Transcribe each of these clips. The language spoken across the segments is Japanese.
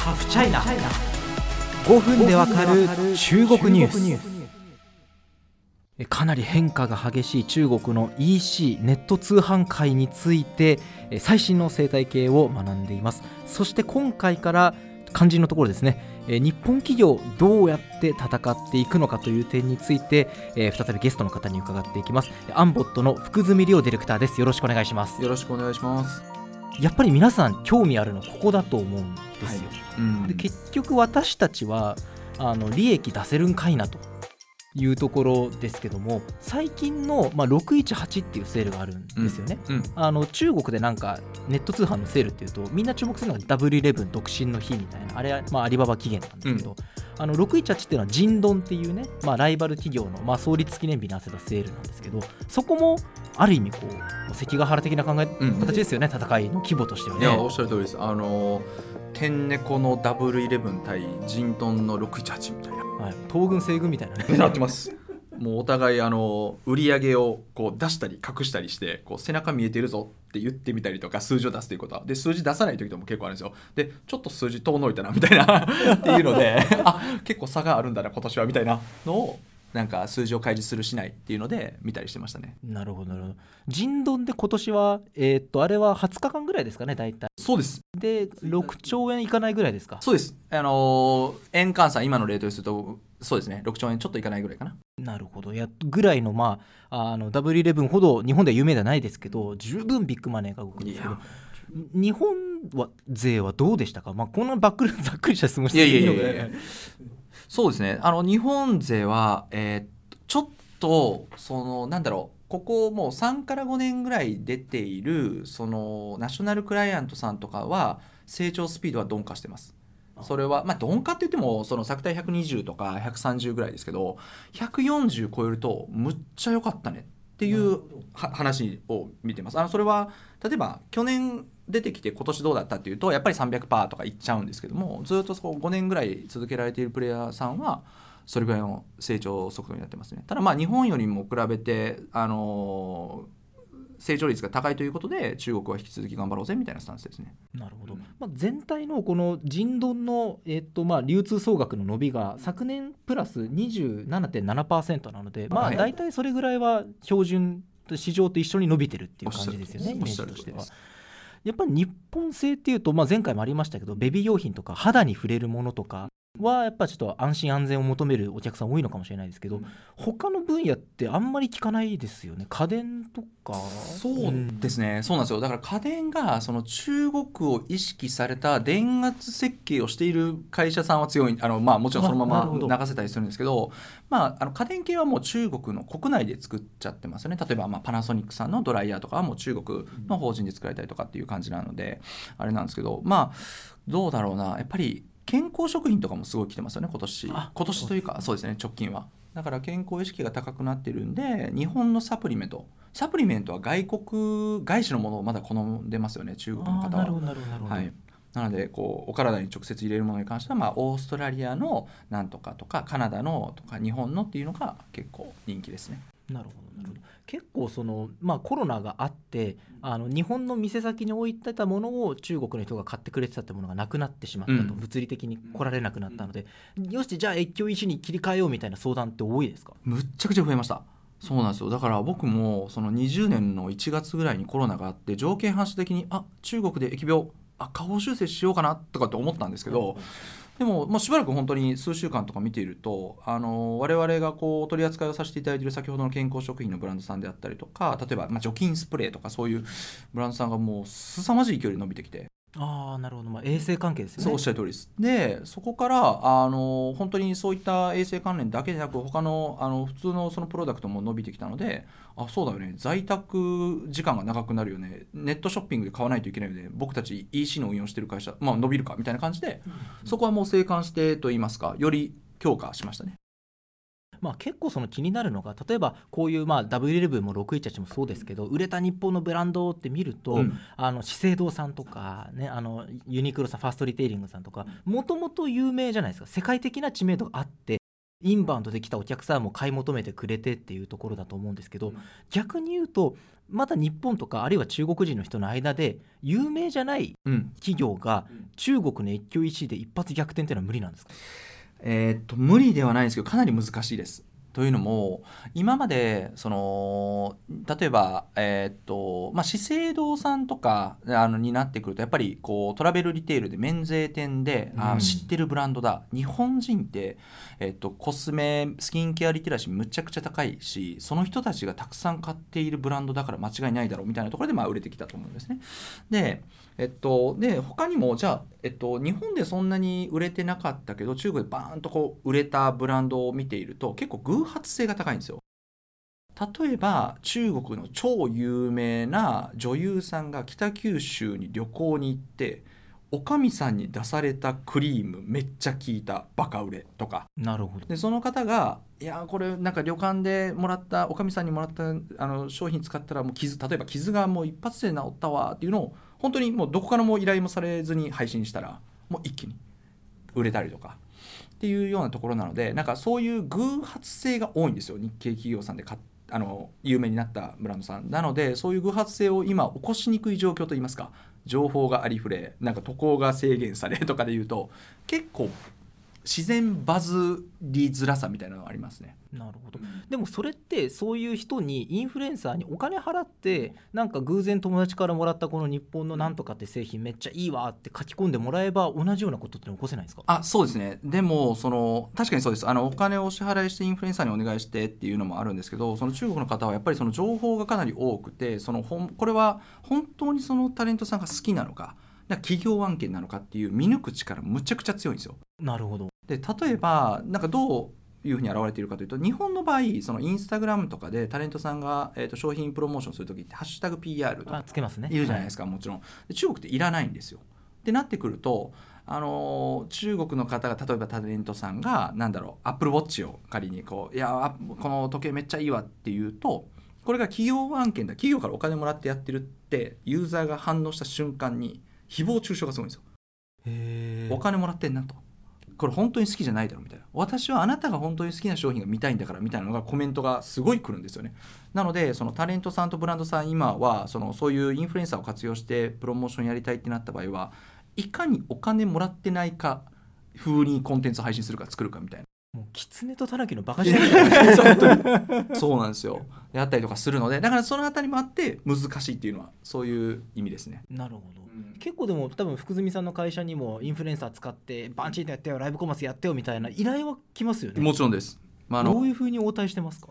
ハフチャイナ、5分でわかる中国ニュース。かなり変化が激しい中国の EC ネット通販界について最新の生態系を学んでいます。そして今回から肝心のところですね、日本企業どうやって戦っていくのかという点について、再びゲストの方に伺っていきます。アンボットの福住亮ディレクターです。よろしくお願いします。 よろしくお願いします。 やっぱり皆さん興味あるのここだと思うんですよ、で結局私たちは利益出せるんかいなというところですけども、最近の、618っていうセールがあるんですよね、中国でなんかネット通販のセールっていうとみんな注目するのが W11 独身の日みたいな、あれは、アリババ期限なんですけど、618っていうのはジンドンっていうね、ライバル企業の、創立記念日に合わせたセールなんですけど、そこもある意味こう関ヶ原的な形ですよね、戦いの規模としてはね。 いやおっしゃる通りです。天猫の W11 対ジンドンの618みたいな、 東軍西軍みたいなねなってますもうお互い売り上げをこう出したり隠したりしてこう背中見えてるぞって言ってみたりとか、数字を出すということはで、数字出さない時とも結構あるんですよ。でちょっと数字遠のいたなみたいなっていうので結構差があるんだな今年はみたいなのをなんか数字を開示するしないっていうので見たりしてましたね。 なるほどなるほど。人丼で今年は、あれは20日間ぐらいですかね大体。 そうです。 で6兆円いかないぐらいですか。 そうです。円換算今のレートでするとそうですね、6兆円ちょっといかないぐらいかな。 なるほど。ぐらいのW11 ほど日本では有名ではないですけど十分ビッグマネーが動くんですけど、日本勢はどうでしたか。こんなざっくりした質問していいので。 そうですね、日本勢は、ちょっとなんだろう、ここもう3から5年ぐらい出ているナショナルクライアントさんとかは成長スピードは鈍化してます。それは鈍化って言っても昨体120とか130ぐらいですけど、140超えるとむっちゃ良かったねっていう話を見てます。それは例えば去年出てきて今年どうだったっていうとやっぱり 300% とかいっちゃうんですけども、ずっと5年ぐらい続けられているプレイヤーさんはそれぐらいの成長速度になってますね。ただ日本よりも比べて成長率が高いということで中国は引き続き頑張ろうぜみたいなスタンスですね。 なるほど。全体のこの人丼の、流通総額の伸びが昨年プラス 27.7% なので、大体それぐらいは標準市場と一緒に伸びてるっていう感じですよね、イメージとしては。やっぱり日本製っていうと、前回もありましたけどベビー用品とか肌に触れるものとかはやっぱちょっと安心安全を求めるお客さん多いのかもしれないですけど、他の分野ってあんまり聞かないですよね。家電とか。 そうですね、そうなんですよ。だから家電が中国を意識された電圧設計をしている会社さんは強い、もちろんそのまま流せたりするんですけど、家電系はもう中国の国内で作っちゃってますよね。例えばパナソニックさんのドライヤーとかはもう中国の法人で作られたりとかっていう感じなのであれなんですけど、どうだろうな、やっぱり健康食品とかもすごい来てますよね今年というか、そうですね、直近は。だから健康意識が高くなってるんで、日本のサプリメントは外資のものをまだ好んでますよね、中国の方は。なのでお体に直接入れるものに関しては、オーストラリアのなんとかとかカナダのとか日本のっていうのが結構人気ですね。 なるほど。結構コロナがあって日本の店先に置いてたものを中国の人が買ってくれてたってものがなくなってしまったと、物理的に来られなくなったので、よしじゃあ越境医師に切り替えようみたいな相談って多いですか。 むっちゃくちゃ増えました。そうなんですよ。だから僕も20年の1月ぐらいにコロナがあって条件反射的に中国で疫病下方修正しようかなとかって思ったんですけど、でも、しばらく本当に数週間とか見ていると我々が取り扱いをさせていただいている先ほどの健康食品のブランドさんであったりとか、例えば除菌スプレーとかそういうブランドさんがもう凄まじい勢いで伸びてきて。 なるほど。衛生関係ですよね。 そうおっしゃる通りです。でそこから本当にそういった衛生関連だけでなく他の普通のプロダクトも伸びてきたので、そうだよね、在宅時間が長くなるよね、ネットショッピングで買わないといけないよね、僕たち EC の運用してる会社、伸びるかみたいな感じで、そこはもう静観してといいますか、より強化しましたね。 結構気になるのが、例えばこういうW11 も618もそうですけど、売れた日本のブランドって見ると、資生堂さんとか、ね、ユニクロさん、ファーストリテイリングさんとかもともと有名じゃないですか。世界的な知名度があってインバウンドで来たお客さんも買い求めてくれてっていうところだと思うんですけど、逆に言うとまだ日本とかあるいは中国人の人の間で有名じゃない企業が中国の越境 EC で一発逆転っていうのは無理なんですか？ 無理ではないんですけどかなり難しいです。というのも今まで例えば、資生堂さんとかになってくるとやっぱりこうトラベルリテールで免税店で、知ってるブランドだ、日本人って、コスメスキンケアリテラシーむちゃくちゃ高いし、その人たちがたくさん買っているブランドだから間違いないだろうみたいなところで売れてきたと思うんですね。で他にもじゃあ、日本でそんなに売れてなかったけど中国でバーンとこう売れたブランドを見ていると結構偶発性が高いんですよ。例えば中国の超有名な女優さんが北九州に旅行に行っておかみさんに出されたクリームめっちゃ効いたバカ売れとか。 なるほど。 でその方がいやこれなんか旅館でもらったおかみさんにもらった商品使ったらもう例えば傷がもう一発で治ったわっていうのを本当にもうどこからも依頼もされずに配信したらもう一気に売れたりとかっていうようなところなので、なんかそういう偶発性が多いんですよ、日系企業さんで有名になったブランドさんなので、そういう偶発性を今起こしにくい状況といいますか、情報がありふれ、なんか渡航が制限されとかでいうと結構自然バズりづらさみたいなのがありますね。 なるほど。でもそれってそういう人にインフルエンサーにお金払ってなんか偶然友達からもらったこの日本のなんとかって製品めっちゃいいわって書き込んでもらえば同じようなことって起こせないですか？ そうですね。でも確かにそうです。お金をお支払いしてインフルエンサーにお願いしてっていうのもあるんですけど、その中国の方はやっぱりその情報がかなり多くて、これは本当にそのタレントさんが好きなのか企業案件なのかっていう見抜く力むちゃくちゃ強いんですよ。 なるほど。 で例えばなんかどういうふうに現れているかというと、日本の場合そのインスタグラムとかでタレントさんが、商品プロモーションするときってハッシュタグ PR とかつけますね。 いるじゃないですか、もちろん。で中国っていらないんですよ。ってなってくると中国の方が例えばタレントさんがアップルウォッチを仮にいやこの時計めっちゃいいわっていうと、これが企業案件だ、企業からお金もらってやってるってユーザーが反応した瞬間に誹謗中傷がすごいんですよ。お金もらってんなと、これ本当に好きじゃないだろみたいな、私はあなたが本当に好きな商品が見たいんだからみたいなのがコメントがすごい来るんですよね。なのでそのタレントさんとブランドさん今はそういうインフルエンサーを活用してプロモーションやりたいってなった場合はいかにお金もらってないか風にコンテンツを配信するか作るかみたいな、 もう狐とタヌキのバカじゃないそうなんですよ。であったりとかするので、だからそのあたりもあって難しいっていうのはそういう意味ですね。 なるほど。結構でも多分福住さんの会社にもインフルエンサー使ってバンチーとやってよ、ライブコマースやってよみたいな依頼は来ますよね。 もちろんです。 どういうふうに応対してますか？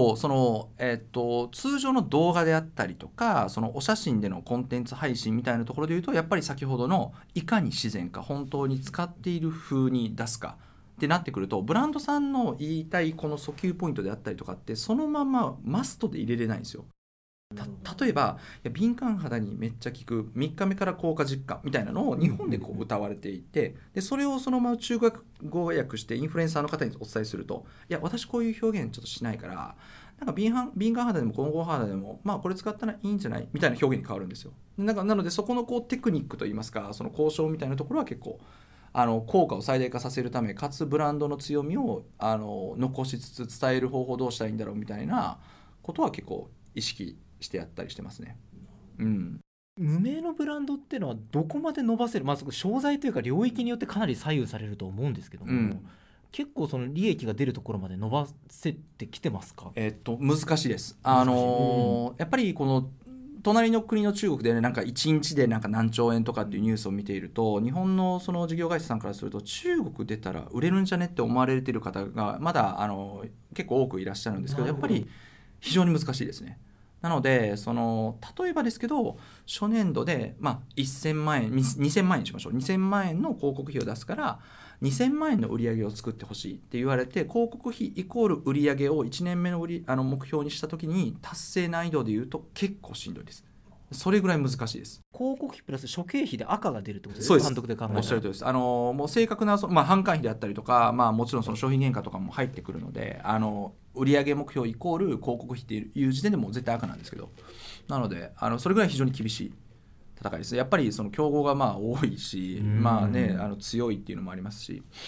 通常の動画であったりとかお写真でのコンテンツ配信みたいなところでいうと、やっぱり先ほどのいかに自然か本当に使っている風に出すかってなってくると、ブランドさんの言いたいこの訴求ポイントであったりとかってそのままマストで入れれないんですよ。例えば敏感肌にめっちゃ効く3日目から効果実感みたいなのを日本で歌われていて、でそれをそのまま中国語訳してインフルエンサーの方にお伝えすると、いや私こういう表現ちょっとしないから敏感肌でも混合肌でもこれ使ったらいいんじゃないみたいな表現に変わるんですよ。なのでそこのテクニックといいますか、その交渉みたいなところは結構効果を最大化させるため、かつブランドの強みを残しつつ伝える方法どうしたらいいんだろうみたいなことは結構意識してやったりしてますね。 無名のブランドっていうのはどこまで伸ばせる、商材というか領域によってかなり左右されると思うんですけども、結構その利益が出るところまで伸ばせてきてますか？ 難しいです。やっぱりこの隣の国の中国でね、1日で何兆円とかっていうニュースを見ていると、日本のその事業会社さんからすると中国出たら売れるんじゃねって思われている方がまだ結構多くいらっしゃるんですけど、やっぱり非常に難しいですね。なので例えばですけど初年度で、1000万円2000万円にしましょう、2000万円の広告費を出すから2000万円の売り上げを作ってほしいって言われて、広告費イコール売り上げを1年目の目標にした時に達成難易度でいうと結構しんどいです。それぐらい難しいです。 広告費プラス諸経費で赤が出るってことですか？ そうです。 監督で考えたらおっしゃるとおりです。もう正確な販管費であったりとか、もちろんその商品原価とかも入ってくるので、売上目標イコール広告費っていう時点でもう絶対赤なんですけど、なのでそれぐらい非常に厳しい戦いです。やっぱりその競合が多いし、強いっていうのもありますし、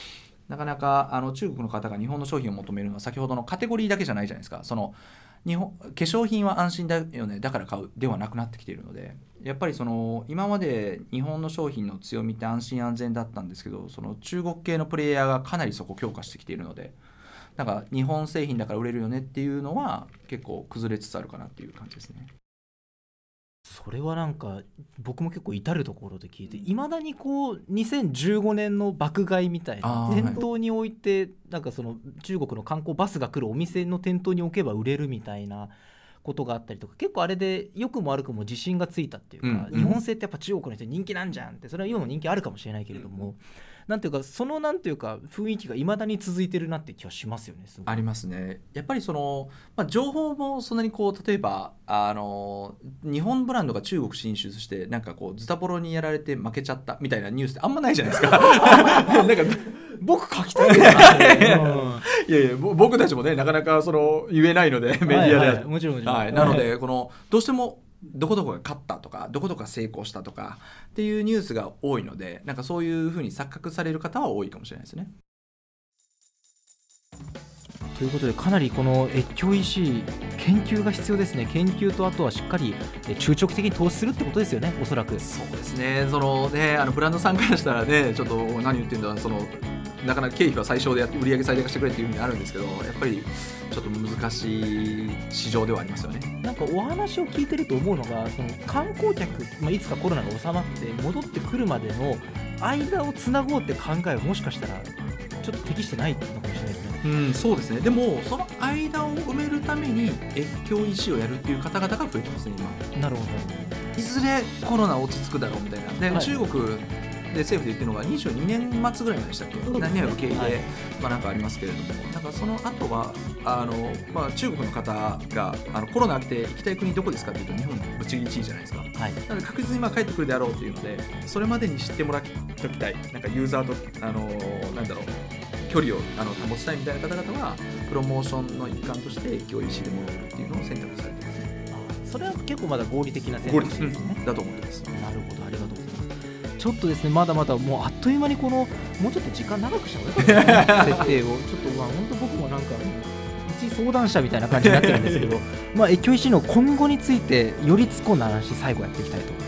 なかなか中国の方が日本の商品を求めるのは先ほどのカテゴリーだけじゃないじゃないですか。その化粧品は安心だよねだから買うではなくなってきているので、やっぱりその今まで日本の商品の強みって安心安全だったんですけど、その中国系のプレイヤーがかなりそこを強化してきているので、なんか日本製品だから売れるよねっていうのは結構崩れつつあるかなっていう感じですね。 それはなんか僕も結構至るところで聞いて、いまだにこう2015年の爆買いみたいな店頭に置いて、なんかその中国の観光バスが来るお店の店頭に置けば売れるみたいなことがあったりとか、結構あれで良くも悪くも自信がついたっていうか、日本製ってやっぱ中国の人に人気なんじゃんって、それは今も人気あるかもしれないけれども、なんていうかそのなんていうか雰囲気がいまだに続いてるなって気はしますよね。すごいありますね。やっぱりその、情報もそんなにこう例えば日本ブランドが中国進出してなんかこうズタボロにやられて負けちゃったみたいなニュースってあんまないじゃないですか。なんか僕書きたいですね。 いやいや僕たちもねなかなかその言えないのでメディアで、 もちろん、なのでこのどうしてもどこどこが勝ったとかどこどこが成功したとかっていうニュースが多いので、なんかそういうふうに錯覚される方は多いかもしれないですね。 ということでかなりこの越境 EC 研究が必要ですね。研究とあとはしっかり中長期的に投資するってことですよね、おそらく。 そうですね。そのねブランドさんからしたらねちょっと何言ってんだ、そのなかなか経費は最小でやって売上最大化してくれっていう風にあるんですけど、やっぱりちょっと難しい市場ではありますよね。 なんかお話を聞いてると思うのが、その観光客、いつかコロナが収まって戻ってくるまでの間をつなごうって考えはもしかしたらちょっと適してないのかもしれないですね。 そうですね。でもその間を埋めるために越境 EC をやるっていう方々が増えてますね今。 なるほど。いずれコロナ落ち着くだろうみたいな。で、中国で政府で言ってるのが22年末ぐらいまでしたっけ、何年か経緯で、なんかありますけれども、なんかその後は中国の方がコロナ明けて行きたい国どこですかって言うと日本ぶっちぎり1位じゃないですか。なので確実に帰ってくるであろうというので、それまでに知ってもらっておきたい、なんかユーザーと距離を保ちたいみたいな方々はプロモーションの一環として越境 EC で物を売るっていうのを選択されてますね。 それは結構まだ合理的な選択肢ですね。 だと思ってます。 なるほど、ありがとうございます。ちょっとですね、まだまだもうあっという間にもうちょっと時間長くした方がいいかな設定をちょっと本当僕もなんか一相談者みたいな感じになってるんですけど越境 EC の今後についてより突っ込んだ話最後やっていきたいと